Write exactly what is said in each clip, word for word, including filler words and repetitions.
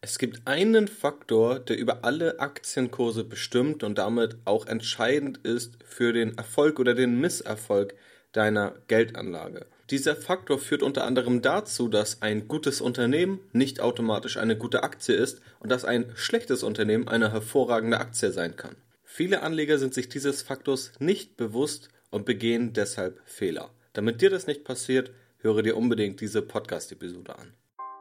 Es gibt einen Faktor, der über alle Aktienkurse bestimmt und damit auch entscheidend ist für den Erfolg oder den Misserfolg deiner Geldanlage. Dieser Faktor führt unter anderem dazu, dass ein gutes Unternehmen nicht automatisch eine gute Aktie ist und dass ein schlechtes Unternehmen eine hervorragende Aktie sein kann. Viele Anleger sind sich dieses Faktors nicht bewusst und begehen deshalb Fehler. Damit dir das nicht passiert, höre dir unbedingt diese Podcast-Episode an.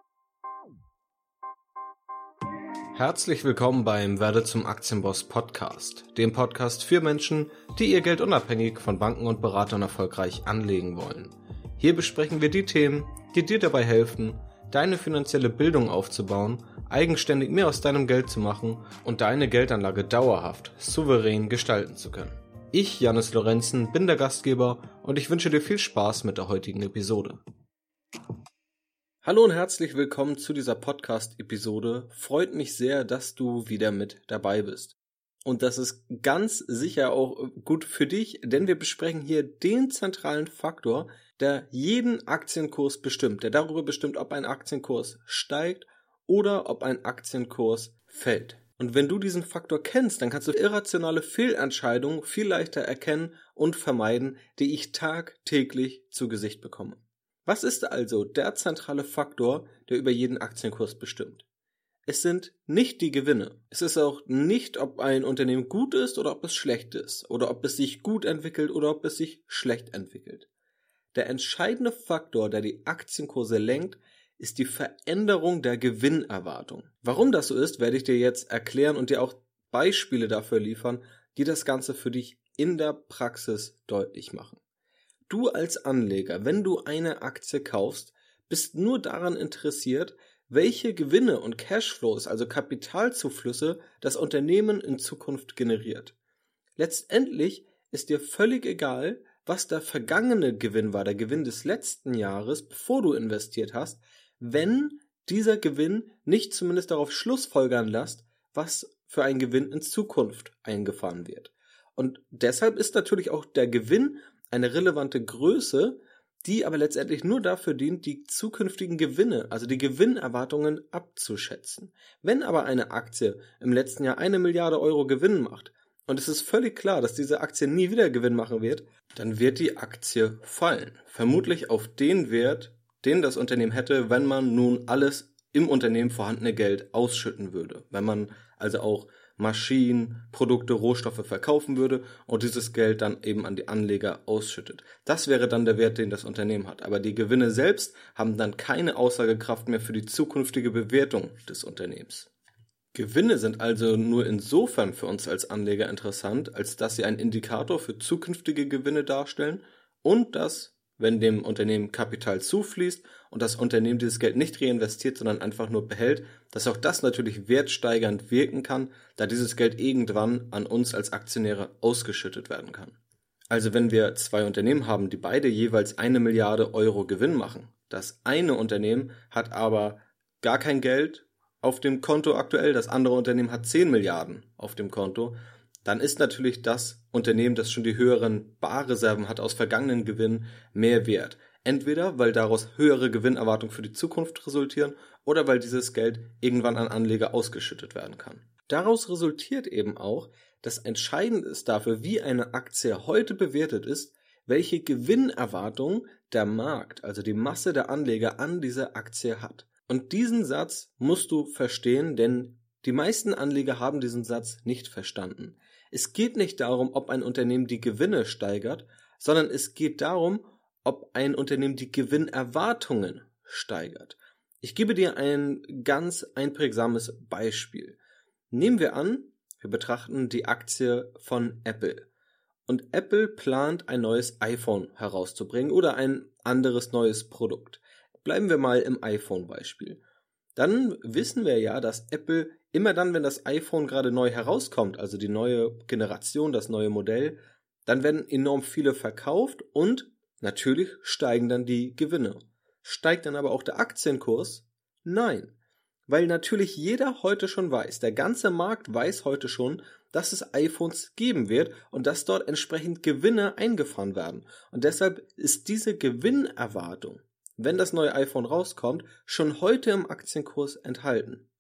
Herzlich willkommen beim Werde zum Aktienboss Podcast, dem Podcast für Menschen, die ihr Geld unabhängig von Banken und Beratern erfolgreich anlegen wollen. Hier besprechen wir die Themen, die dir dabei helfen, deine finanzielle Bildung aufzubauen, eigenständig mehr aus deinem Geld zu machen und deine Geldanlage dauerhaft, souverän gestalten zu können. Ich, Jannis Lorenzen, bin der Gastgeber und ich wünsche dir viel Spaß mit der heutigen Episode. Hallo und herzlich willkommen zu dieser Podcast-Episode. Freut mich sehr, dass du wieder mit dabei bist. Und das ist ganz sicher auch gut für dich, denn wir besprechen hier den zentralen Faktor, der jeden Aktienkurs bestimmt, der darüber bestimmt, ob ein Aktienkurs steigt oder ob ein Aktienkurs fällt. Und wenn du diesen Faktor kennst, dann kannst du irrationale Fehlentscheidungen viel leichter erkennen und vermeiden, die ich tagtäglich zu Gesicht bekomme. Was ist also der zentrale Faktor, der über jeden Aktienkurs bestimmt? Es sind nicht die Gewinne. Es ist auch nicht, ob ein Unternehmen gut ist oder ob es schlecht ist, oder ob es sich gut entwickelt oder ob es sich schlecht entwickelt. Der entscheidende Faktor, der die Aktienkurse lenkt, ist die Veränderung der Gewinnerwartung. Warum das so ist, werde ich dir jetzt erklären und dir auch Beispiele dafür liefern, die das Ganze für dich in der Praxis deutlich machen. Du als Anleger, wenn du eine Aktie kaufst, bist nur daran interessiert, welche Gewinne und Cashflows, also Kapitalzuflüsse, das Unternehmen in Zukunft generiert. Letztendlich ist dir völlig egal, was der vergangene Gewinn war, der Gewinn des letzten Jahres, bevor du investiert hast, wenn dieser Gewinn nicht zumindest darauf schlussfolgern lässt, was für ein Gewinn in Zukunft eingefahren wird. Und deshalb ist natürlich auch der Gewinn eine relevante Größe, die aber letztendlich nur dafür dient, die zukünftigen Gewinne, also die Gewinnerwartungen abzuschätzen. Wenn aber eine Aktie im letzten Jahr eine Milliarde Euro Gewinn macht und es ist völlig klar, dass diese Aktie nie wieder Gewinn machen wird, dann wird die Aktie fallen. Vermutlich auf den Wert, den das Unternehmen hätte, wenn man nun alles im Unternehmen vorhandene Geld ausschütten würde. Wenn man also auch Maschinen, Produkte, Rohstoffe verkaufen würde und dieses Geld dann eben an die Anleger ausschüttet. Das wäre dann der Wert, den das Unternehmen hat. Aber die Gewinne selbst haben dann keine Aussagekraft mehr für die zukünftige Bewertung des Unternehmens. Gewinne sind also nur insofern für uns als Anleger interessant, als dass sie einen Indikator für zukünftige Gewinne darstellen und dass, wenn dem Unternehmen Kapital zufließt und das Unternehmen dieses Geld nicht reinvestiert, sondern einfach nur behält, dass auch das natürlich wertsteigernd wirken kann, da dieses Geld irgendwann an uns als Aktionäre ausgeschüttet werden kann. Also wenn wir zwei Unternehmen haben, die beide jeweils eine Milliarde Euro Gewinn machen, das eine Unternehmen hat aber gar kein Geld auf dem Konto aktuell, das andere Unternehmen hat zehn Milliarden auf dem Konto, dann ist natürlich das Unternehmen, das schon die höheren Barreserven hat aus vergangenen Gewinnen, mehr wert. Entweder, weil daraus höhere Gewinnerwartungen für die Zukunft resultieren oder weil dieses Geld irgendwann an Anleger ausgeschüttet werden kann. Daraus resultiert eben auch, dass entscheidend ist dafür, wie eine Aktie heute bewertet ist, welche Gewinnerwartung der Markt, also die Masse der Anleger an dieser Aktie hat. Und diesen Satz musst du verstehen, denn die meisten Anleger haben diesen Satz nicht verstanden. Es geht nicht darum, ob ein Unternehmen die Gewinne steigert, sondern es geht darum, ob ein Unternehmen die Gewinnerwartungen steigert. Ich gebe dir ein ganz einprägsames Beispiel. Nehmen wir an, wir betrachten die Aktie von Apple. Und Apple plant ein neues iPhone herauszubringen oder ein anderes neues Produkt. Bleiben wir mal im iPhone-Beispiel. Dann wissen wir ja, dass Apple immer dann, wenn das iPhone gerade neu herauskommt, also die neue Generation, das neue Modell, dann werden enorm viele verkauft und natürlich steigen dann die Gewinne. Steigt dann aber auch der Aktienkurs? Nein, weil natürlich jeder heute schon weiß, der ganze Markt weiß heute schon, dass es iPhones geben wird und dass dort entsprechend Gewinne eingefahren werden. Und deshalb ist diese Gewinnerwartung, wenn das neue iPhone rauskommt, schon heute im Aktienkurs enthalten.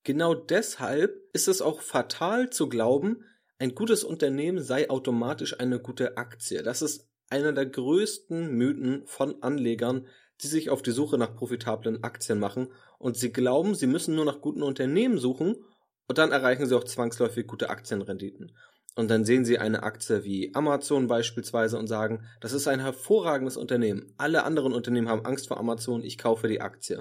Genau deshalb ist es auch fatal zu glauben, ein gutes Unternehmen sei automatisch eine gute Aktie. Das ist einer der größten Mythen von Anlegern, die sich auf die Suche nach profitablen Aktien machen und sie glauben, sie müssen nur nach guten Unternehmen suchen und dann erreichen sie auch zwangsläufig gute Aktienrenditen. Und dann sehen sie eine Aktie wie Amazon beispielsweise und sagen, das ist ein hervorragendes Unternehmen. Alle anderen Unternehmen haben Angst vor Amazon, ich kaufe die Aktie.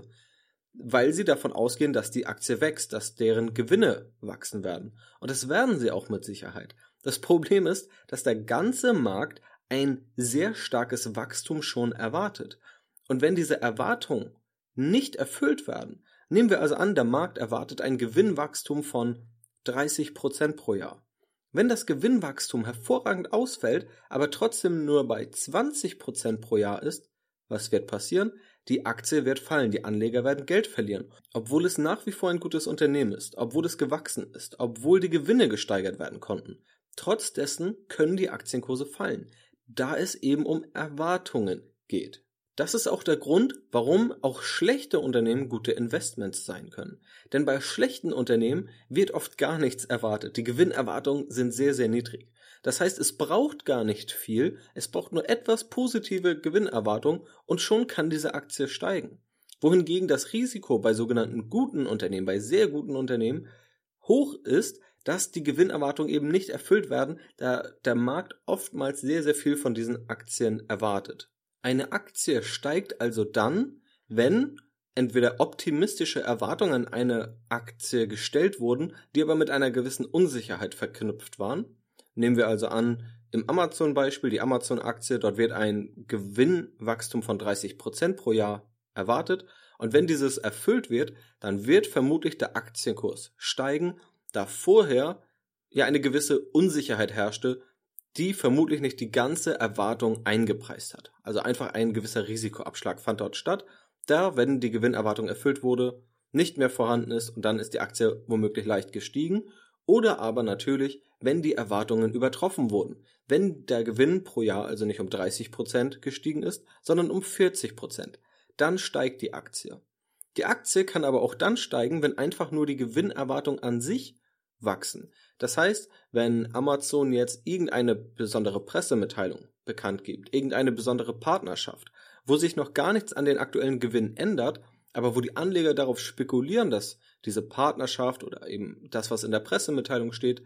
Weil sie davon ausgehen, dass die Aktie wächst, dass deren Gewinne wachsen werden. Und das werden sie auch mit Sicherheit. Das Problem ist, dass der ganze Markt ein sehr starkes Wachstum schon erwartet. Und wenn diese Erwartungen nicht erfüllt werden, nehmen wir also an, der Markt erwartet ein Gewinnwachstum von dreißig Prozent pro Jahr. Wenn das Gewinnwachstum hervorragend ausfällt, aber trotzdem nur bei zwanzig Prozent pro Jahr ist, was wird passieren? Die Aktie wird fallen, die Anleger werden Geld verlieren, obwohl es nach wie vor ein gutes Unternehmen ist, obwohl es gewachsen ist, obwohl die Gewinne gesteigert werden konnten. Trotz dessen können die Aktienkurse fallen, da es eben um Erwartungen geht. Das ist auch der Grund, warum auch schlechte Unternehmen gute Investments sein können. Denn bei schlechten Unternehmen wird oft gar nichts erwartet. Die Gewinnerwartungen sind sehr, sehr niedrig. Das heißt, es braucht gar nicht viel, es braucht nur etwas positive Gewinnerwartung und schon kann diese Aktie steigen. Wohingegen das Risiko bei sogenannten guten Unternehmen, bei sehr guten Unternehmen, hoch ist, dass die Gewinnerwartungen eben nicht erfüllt werden, da der Markt oftmals sehr, sehr viel von diesen Aktien erwartet. Eine Aktie steigt also dann, wenn entweder optimistische Erwartungen an eine Aktie gestellt wurden, die aber mit einer gewissen Unsicherheit verknüpft waren. Nehmen wir also an, im Amazon-Beispiel, die Amazon-Aktie, dort wird ein Gewinnwachstum von dreißig Prozent pro Jahr erwartet. Und wenn dieses erfüllt wird, dann wird vermutlich der Aktienkurs steigen, da vorher ja eine gewisse Unsicherheit herrschte, die vermutlich nicht die ganze Erwartung eingepreist hat. Also einfach ein gewisser Risikoabschlag fand dort statt, da, wenn die Gewinnerwartung erfüllt wurde, nicht mehr vorhanden ist und dann ist die Aktie womöglich leicht gestiegen. Oder aber natürlich, wenn die Erwartungen übertroffen wurden. Wenn der Gewinn pro Jahr also nicht um dreißig Prozent gestiegen ist, sondern um vierzig Prozent. Dann steigt die Aktie. Die Aktie kann aber auch dann steigen, wenn einfach nur die Gewinnerwartung an sich wachsen. Das heißt, wenn Amazon jetzt irgendeine besondere Pressemitteilung bekannt gibt, irgendeine besondere Partnerschaft, wo sich noch gar nichts an den aktuellen Gewinn ändert, aber wo die Anleger darauf spekulieren, dass diese Partnerschaft oder eben das, was in der Pressemitteilung steht,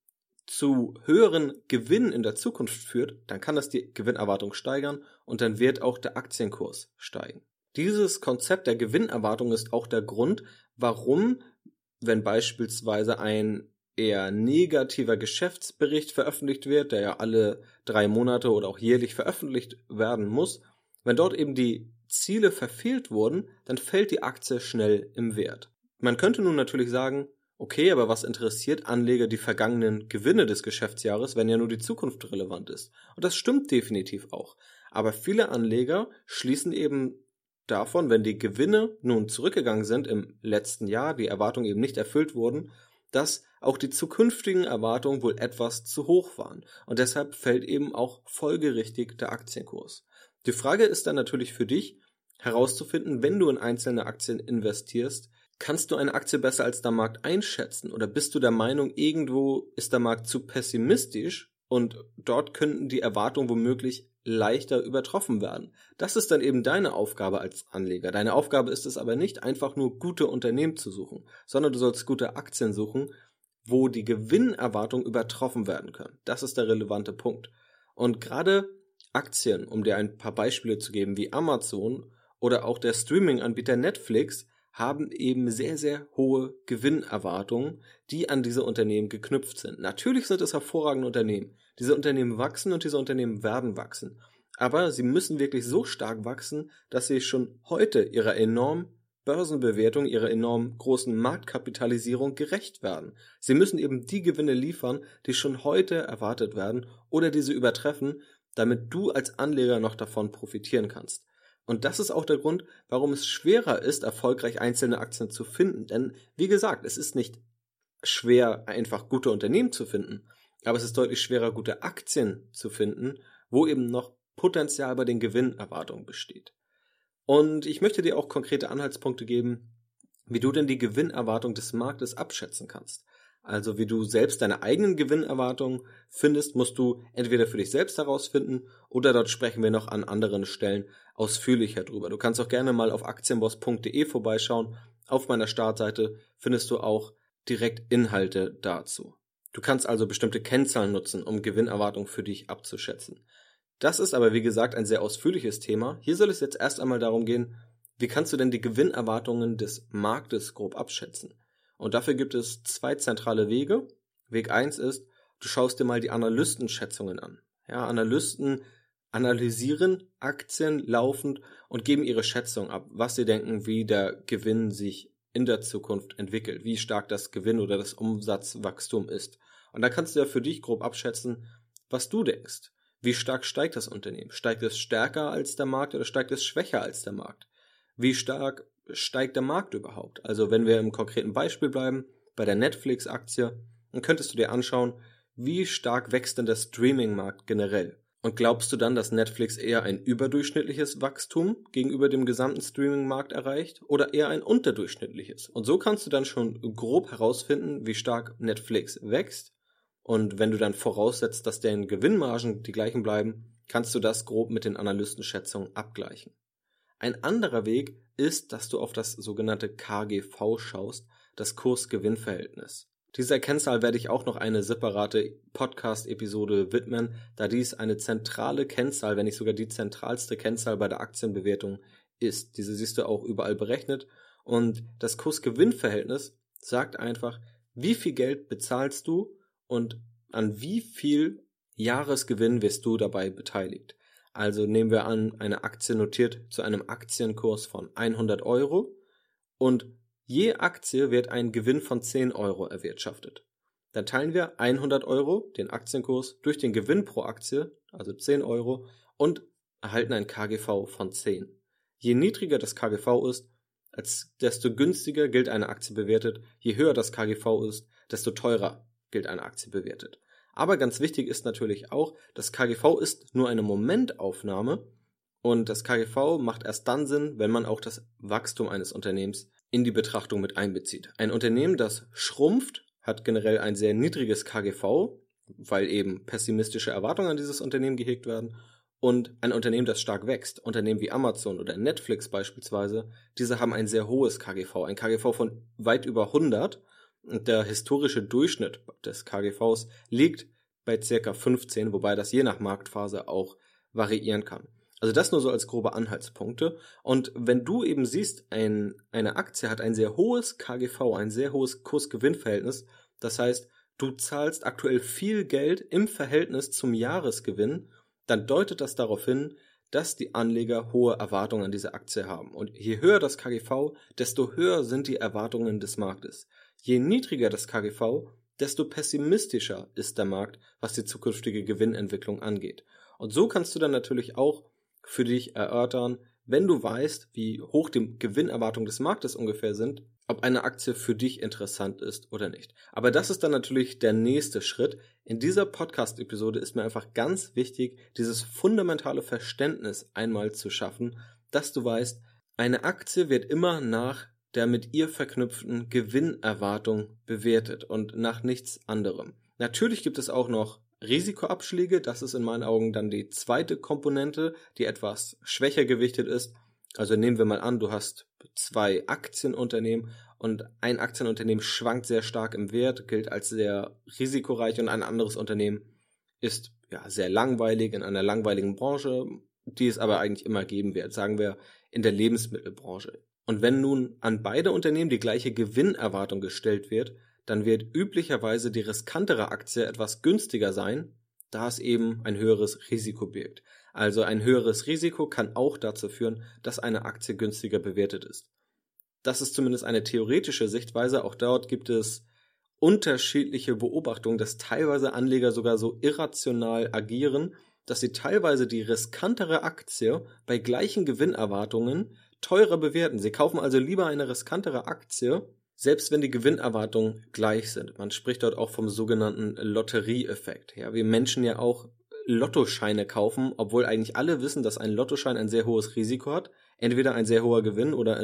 zu höheren Gewinnen in der Zukunft führt, dann kann das die Gewinnerwartung steigern und dann wird auch der Aktienkurs steigen. Dieses Konzept der Gewinnerwartung ist auch der Grund, warum, wenn beispielsweise ein eher negativer Geschäftsbericht veröffentlicht wird, der ja alle drei Monate oder auch jährlich veröffentlicht werden muss, wenn dort eben die Ziele verfehlt wurden, dann fällt die Aktie schnell im Wert. Man könnte nun natürlich sagen, okay, aber was interessiert Anleger die vergangenen Gewinne des Geschäftsjahres, wenn ja nur die Zukunft relevant ist? Und das stimmt definitiv auch. Aber viele Anleger schließen eben davon, wenn die Gewinne nun zurückgegangen sind im letzten Jahr, die Erwartungen eben nicht erfüllt wurden, dass auch die zukünftigen Erwartungen wohl etwas zu hoch waren. Und deshalb fällt eben auch folgerichtig der Aktienkurs. Die Frage ist dann natürlich für dich, herauszufinden, wenn du in einzelne Aktien investierst, kannst du eine Aktie besser als der Markt einschätzen? Oder bist du der Meinung, irgendwo ist der Markt zu pessimistisch und dort könnten die Erwartungen womöglich leichter übertroffen werden? Das ist dann eben deine Aufgabe als Anleger. Deine Aufgabe ist es aber nicht, einfach nur gute Unternehmen zu suchen, sondern du sollst gute Aktien suchen, wo die Gewinnerwartungen übertroffen werden können. Das ist der relevante Punkt. Und gerade Aktien, um dir ein paar Beispiele zu geben, wie Amazon oder auch der Streaming-Anbieter Netflix, haben eben sehr, sehr hohe Gewinnerwartungen, die an diese Unternehmen geknüpft sind. Natürlich sind es hervorragende Unternehmen. Diese Unternehmen wachsen und diese Unternehmen werden wachsen. Aber sie müssen wirklich so stark wachsen, dass sie schon heute ihrer enormen Börsenbewertung, ihrer enorm großen Marktkapitalisierung gerecht werden. Sie müssen eben die Gewinne liefern, die schon heute erwartet werden oder diese übertreffen, damit du als Anleger noch davon profitieren kannst. Und das ist auch der Grund, warum es schwerer ist, erfolgreich einzelne Aktien zu finden. Denn, wie gesagt, es ist nicht schwer, einfach gute Unternehmen zu finden, aber es ist deutlich schwerer, gute Aktien zu finden, wo eben noch Potenzial bei den Gewinnerwartungen besteht. Und ich möchte dir auch konkrete Anhaltspunkte geben, wie du denn die Gewinnerwartung des Marktes abschätzen kannst. Also wie du selbst deine eigenen Gewinnerwartungen findest, musst du entweder für dich selbst herausfinden oder dort sprechen wir noch an anderen Stellen ausführlicher drüber. Du kannst auch gerne mal auf aktienboss punkt de vorbeischauen. Auf meiner Startseite findest du auch direkt Inhalte dazu. Du kannst also bestimmte Kennzahlen nutzen, um Gewinnerwartungen für dich abzuschätzen. Das ist aber wie gesagt ein sehr ausführliches Thema. Hier soll es jetzt erst einmal darum gehen, wie kannst du denn die Gewinnerwartungen des Marktes grob abschätzen? Und dafür gibt es zwei zentrale Wege. Weg eins ist, du schaust dir mal die Analystenschätzungen an. Ja, Analysten analysieren Aktien laufend und geben ihre Schätzung ab, was sie denken, wie der Gewinn sich in der Zukunft entwickelt, wie stark das Gewinn oder das Umsatzwachstum ist. Und da kannst du ja für dich grob abschätzen, was du denkst. Wie stark steigt das Unternehmen? Steigt es stärker als der Markt oder steigt es schwächer als der Markt? Wie stark steigt der Markt überhaupt? Also wenn wir im konkreten Beispiel bleiben, bei der Netflix-Aktie, dann könntest du dir anschauen, wie stark wächst denn der Streaming-Markt generell? Und glaubst du dann, dass Netflix eher ein überdurchschnittliches Wachstum gegenüber dem gesamten Streaming-Markt erreicht oder eher ein unterdurchschnittliches? Und so kannst du dann schon grob herausfinden, wie stark Netflix wächst. Und wenn du dann voraussetzt, dass deren Gewinnmargen die gleichen bleiben, kannst du das grob mit den Analystenschätzungen abgleichen. Ein anderer Weg ist, dass du auf das sogenannte K G V schaust, das Kurs-Gewinn-Verhältnis. Dieser Kennzahl werde ich auch noch eine separate Podcast-Episode widmen, da dies eine zentrale Kennzahl, wenn nicht sogar die zentralste Kennzahl bei der Aktienbewertung ist. Diese siehst du auch überall berechnet. Und das Kurs-Gewinn-Verhältnis sagt einfach, wie viel Geld bezahlst du und an wie viel Jahresgewinn wirst du dabei beteiligt. Also nehmen wir an, eine Aktie notiert zu einem Aktienkurs von hundert Euro und je Aktie wird ein Gewinn von zehn Euro erwirtschaftet. Dann teilen wir hundert Euro, den Aktienkurs, durch den Gewinn pro Aktie, also zehn Euro, und erhalten ein K G V von zehn. Je niedriger das K G V ist, als desto günstiger gilt eine Aktie bewertet. Je höher das K G V ist, desto teurer gilt eine Aktie bewertet. Aber ganz wichtig ist natürlich auch, das K G V ist nur eine Momentaufnahme und das K G V macht erst dann Sinn, wenn man auch das Wachstum eines Unternehmens in die Betrachtung mit einbezieht. Ein Unternehmen, das schrumpft, hat generell ein sehr niedriges K G V, weil eben pessimistische Erwartungen an dieses Unternehmen gehegt werden. Und ein Unternehmen, das stark wächst, Unternehmen wie Amazon oder Netflix beispielsweise, diese haben ein sehr hohes K G V, ein K G V von weit über hundert. Und der historische Durchschnitt des K G Vs liegt bei ca. fünfzehn, wobei das je nach Marktphase auch variieren kann. Also das nur so als grobe Anhaltspunkte. Und wenn du eben siehst, ein, eine Aktie hat ein sehr hohes K G V, ein sehr hohes Kurs-Gewinn-Verhältnis, das heißt, du zahlst aktuell viel Geld im Verhältnis zum Jahresgewinn, dann deutet das darauf hin, dass die Anleger hohe Erwartungen an diese Aktie haben. Und je höher das K G V, desto höher sind die Erwartungen des Marktes. Je niedriger das K G V, desto pessimistischer ist der Markt, was die zukünftige Gewinnentwicklung angeht. Und so kannst du dann natürlich auch für dich erörtern, wenn du weißt, wie hoch die Gewinnerwartungen des Marktes ungefähr sind, ob eine Aktie für dich interessant ist oder nicht. Aber das ist dann natürlich der nächste Schritt. In dieser Podcast-Episode ist mir einfach ganz wichtig, dieses fundamentale Verständnis einmal zu schaffen, dass du weißt, eine Aktie wird immer nach der mit ihr verknüpften Gewinnerwartung bewertet und nach nichts anderem. Natürlich gibt es auch noch Risikoabschläge, das ist in meinen Augen dann die zweite Komponente, die etwas schwächer gewichtet ist. Also nehmen wir mal an, du hast zwei Aktienunternehmen und ein Aktienunternehmen schwankt sehr stark im Wert, gilt als sehr risikoreich und ein anderes Unternehmen ist ja sehr langweilig in einer langweiligen Branche, die es aber eigentlich immer geben wird, sagen wir in der Lebensmittelbranche. Und wenn nun an beide Unternehmen die gleiche Gewinnerwartung gestellt wird, dann wird üblicherweise die riskantere Aktie etwas günstiger sein, da es eben ein höheres Risiko birgt. Also ein höheres Risiko kann auch dazu führen, dass eine Aktie günstiger bewertet ist. Das ist zumindest eine theoretische Sichtweise. Auch dort gibt es unterschiedliche Beobachtungen, dass teilweise Anleger sogar so irrational agieren, dass sie teilweise die riskantere Aktie bei gleichen Gewinnerwartungen teurer bewerten. Sie kaufen also lieber eine riskantere Aktie, selbst wenn die Gewinnerwartungen gleich sind. Man spricht dort auch vom sogenannten Lotterieeffekt. Ja, wir Menschen ja auch Lottoscheine kaufen, obwohl eigentlich alle wissen, dass ein Lottoschein ein sehr hohes Risiko hat. Entweder ein sehr hoher Gewinn oder in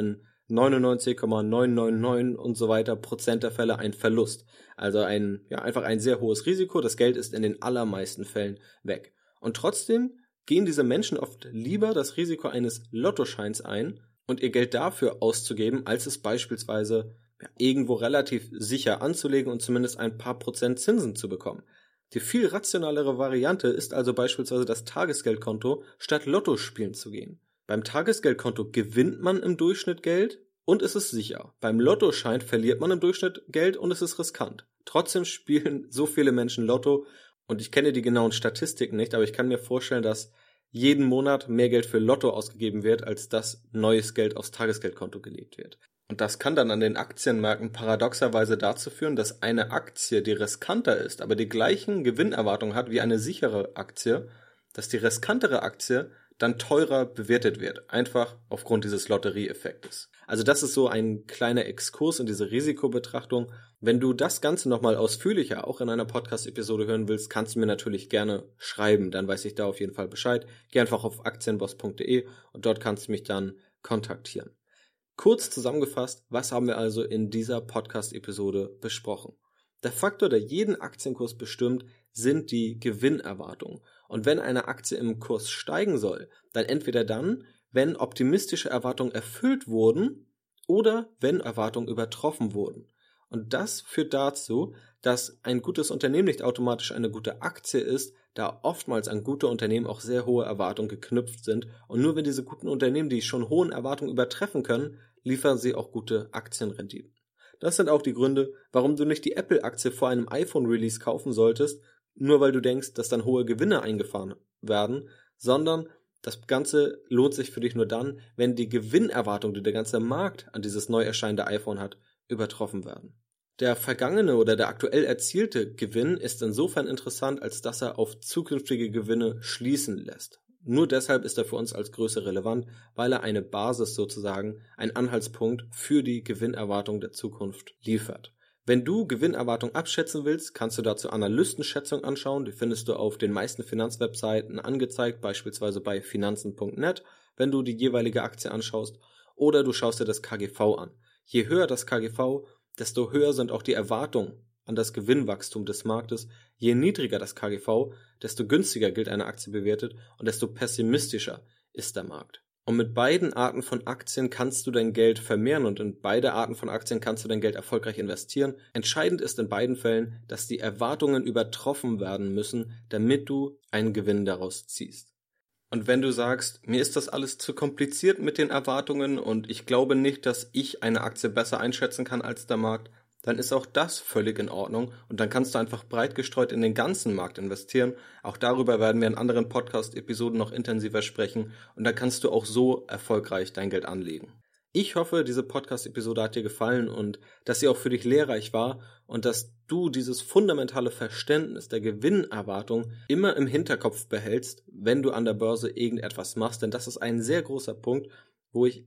neunundneunzig Komma neun neun neun und so weiter Prozent der Fälle ein Verlust. Also ein, ja, einfach ein sehr hohes Risiko. Das Geld ist in den allermeisten Fällen weg. Und trotzdem gehen diese Menschen oft lieber das Risiko eines Lottoscheins ein und ihr Geld dafür auszugeben, als es beispielsweise ja, irgendwo relativ sicher anzulegen und zumindest ein paar Prozent Zinsen zu bekommen. Die viel rationalere Variante ist also beispielsweise das Tagesgeldkonto, statt Lotto spielen zu gehen. Beim Tagesgeldkonto gewinnt man im Durchschnitt Geld und es ist sicher. Beim Lottoschein verliert man im Durchschnitt Geld und es ist riskant. Trotzdem spielen so viele Menschen Lotto und ich kenne die genauen Statistiken nicht, aber ich kann mir vorstellen, dass jeden Monat mehr Geld für Lotto ausgegeben wird, als dass neues Geld aufs Tagesgeldkonto gelegt wird. Und das kann dann an den Aktienmärkten paradoxerweise dazu führen, dass eine Aktie, die riskanter ist, aber die gleichen Gewinnerwartungen hat wie eine sichere Aktie, dass die riskantere Aktie dann teurer bewertet wird, einfach aufgrund dieses Lotterieeffektes. Also das ist so ein kleiner Exkurs in diese Risikobetrachtung. Wenn du das Ganze nochmal ausführlicher auch in einer Podcast-Episode hören willst, kannst du mir natürlich gerne schreiben, dann weiß ich da auf jeden Fall Bescheid. Geh einfach auf aktienboss punkt de und dort kannst du mich dann kontaktieren. Kurz zusammengefasst, was haben wir also in dieser Podcast-Episode besprochen? Der Faktor, der jeden Aktienkurs bestimmt, sind die Gewinnerwartungen. Und wenn eine Aktie im Kurs steigen soll, dann entweder dann, wenn optimistische Erwartungen erfüllt wurden oder wenn Erwartungen übertroffen wurden. Und das führt dazu, dass ein gutes Unternehmen nicht automatisch eine gute Aktie ist, da oftmals an gute Unternehmen auch sehr hohe Erwartungen geknüpft sind. Und nur wenn diese guten Unternehmen die schon hohen Erwartungen übertreffen können, liefern sie auch gute Aktienrenditen. Das sind auch die Gründe, warum du nicht die Apple-Aktie vor einem iPhone-Release kaufen solltest, nur weil du denkst, dass dann hohe Gewinne eingefahren werden, sondern das Ganze lohnt sich für dich nur dann, wenn die Gewinnerwartung, die der ganze Markt an dieses neu erscheinende iPhone hat, übertroffen werden. Der vergangene oder der aktuell erzielte Gewinn ist insofern interessant, als dass er auf zukünftige Gewinne schließen lässt. Nur deshalb ist er für uns als Größe relevant, weil er eine Basis sozusagen, ein Anhaltspunkt für die Gewinnerwartung der Zukunft liefert. Wenn du Gewinnerwartung abschätzen willst, kannst du dazu Analystenschätzung anschauen. Die findest du auf den meisten Finanzwebseiten angezeigt, beispielsweise bei finanzen punkt net, wenn du die jeweilige Aktie anschaust. Oder du schaust dir das K G V an. Je höher das K G V, desto höher sind auch die Erwartungen an das Gewinnwachstum des Marktes. Je niedriger das K G V, desto günstiger gilt eine Aktie bewertet und desto pessimistischer ist der Markt. Und mit beiden Arten von Aktien kannst du dein Geld vermehren und in beide Arten von Aktien kannst du dein Geld erfolgreich investieren. Entscheidend ist in beiden Fällen, dass die Erwartungen übertroffen werden müssen, damit du einen Gewinn daraus ziehst. Und wenn du sagst, mir ist das alles zu kompliziert mit den Erwartungen und ich glaube nicht, dass ich eine Aktie besser einschätzen kann als der Markt, dann ist auch das völlig in Ordnung und dann kannst du einfach breit gestreut in den ganzen Markt investieren. Auch darüber werden wir in anderen Podcast-Episoden noch intensiver sprechen und dann kannst du auch so erfolgreich dein Geld anlegen. Ich hoffe, diese Podcast-Episode hat dir gefallen und dass sie auch für dich lehrreich war und dass du dieses fundamentale Verständnis der Gewinnerwartung immer im Hinterkopf behältst, wenn du an der Börse irgendetwas machst, denn das ist ein sehr großer Punkt, wo ich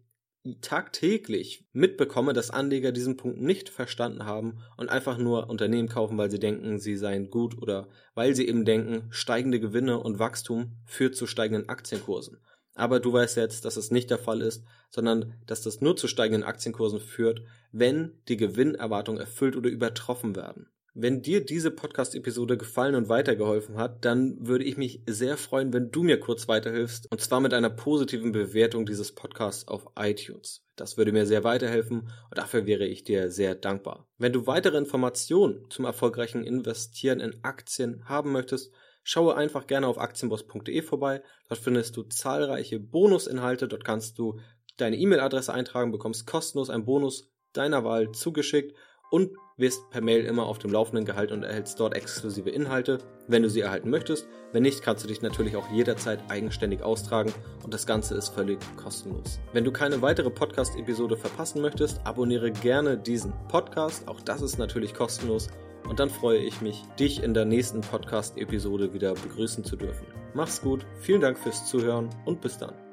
tagtäglich mitbekomme, dass Anleger diesen Punkt nicht verstanden haben und einfach nur Unternehmen kaufen, weil sie denken, sie seien gut oder weil sie eben denken, steigende Gewinne und Wachstum führt zu steigenden Aktienkursen. Aber du weißt jetzt, dass es nicht der Fall ist, sondern dass das nur zu steigenden Aktienkursen führt, wenn die Gewinnerwartungen erfüllt oder übertroffen werden. Wenn dir diese Podcast-Episode gefallen und weitergeholfen hat, dann würde ich mich sehr freuen, wenn du mir kurz weiterhilfst, und zwar mit einer positiven Bewertung dieses Podcasts auf iTunes. Das würde mir sehr weiterhelfen und dafür wäre ich dir sehr dankbar. Wenn du weitere Informationen zum erfolgreichen Investieren in Aktien haben möchtest, schaue einfach gerne auf aktienboss punkt de vorbei. Dort findest du zahlreiche Bonusinhalte. Dort kannst du deine E-Mail-Adresse eintragen, bekommst kostenlos einen Bonus deiner Wahl zugeschickt und wirst per Mail immer auf dem Laufenden gehalten und erhältst dort exklusive Inhalte, wenn du sie erhalten möchtest. Wenn nicht, kannst du dich natürlich auch jederzeit eigenständig austragen und das Ganze ist völlig kostenlos. Wenn du keine weitere Podcast-Episode verpassen möchtest, abonniere gerne diesen Podcast. Auch das ist natürlich kostenlos. Und dann freue ich mich, dich in der nächsten Podcast-Episode wieder begrüßen zu dürfen. Mach's gut, vielen Dank fürs Zuhören und bis dann.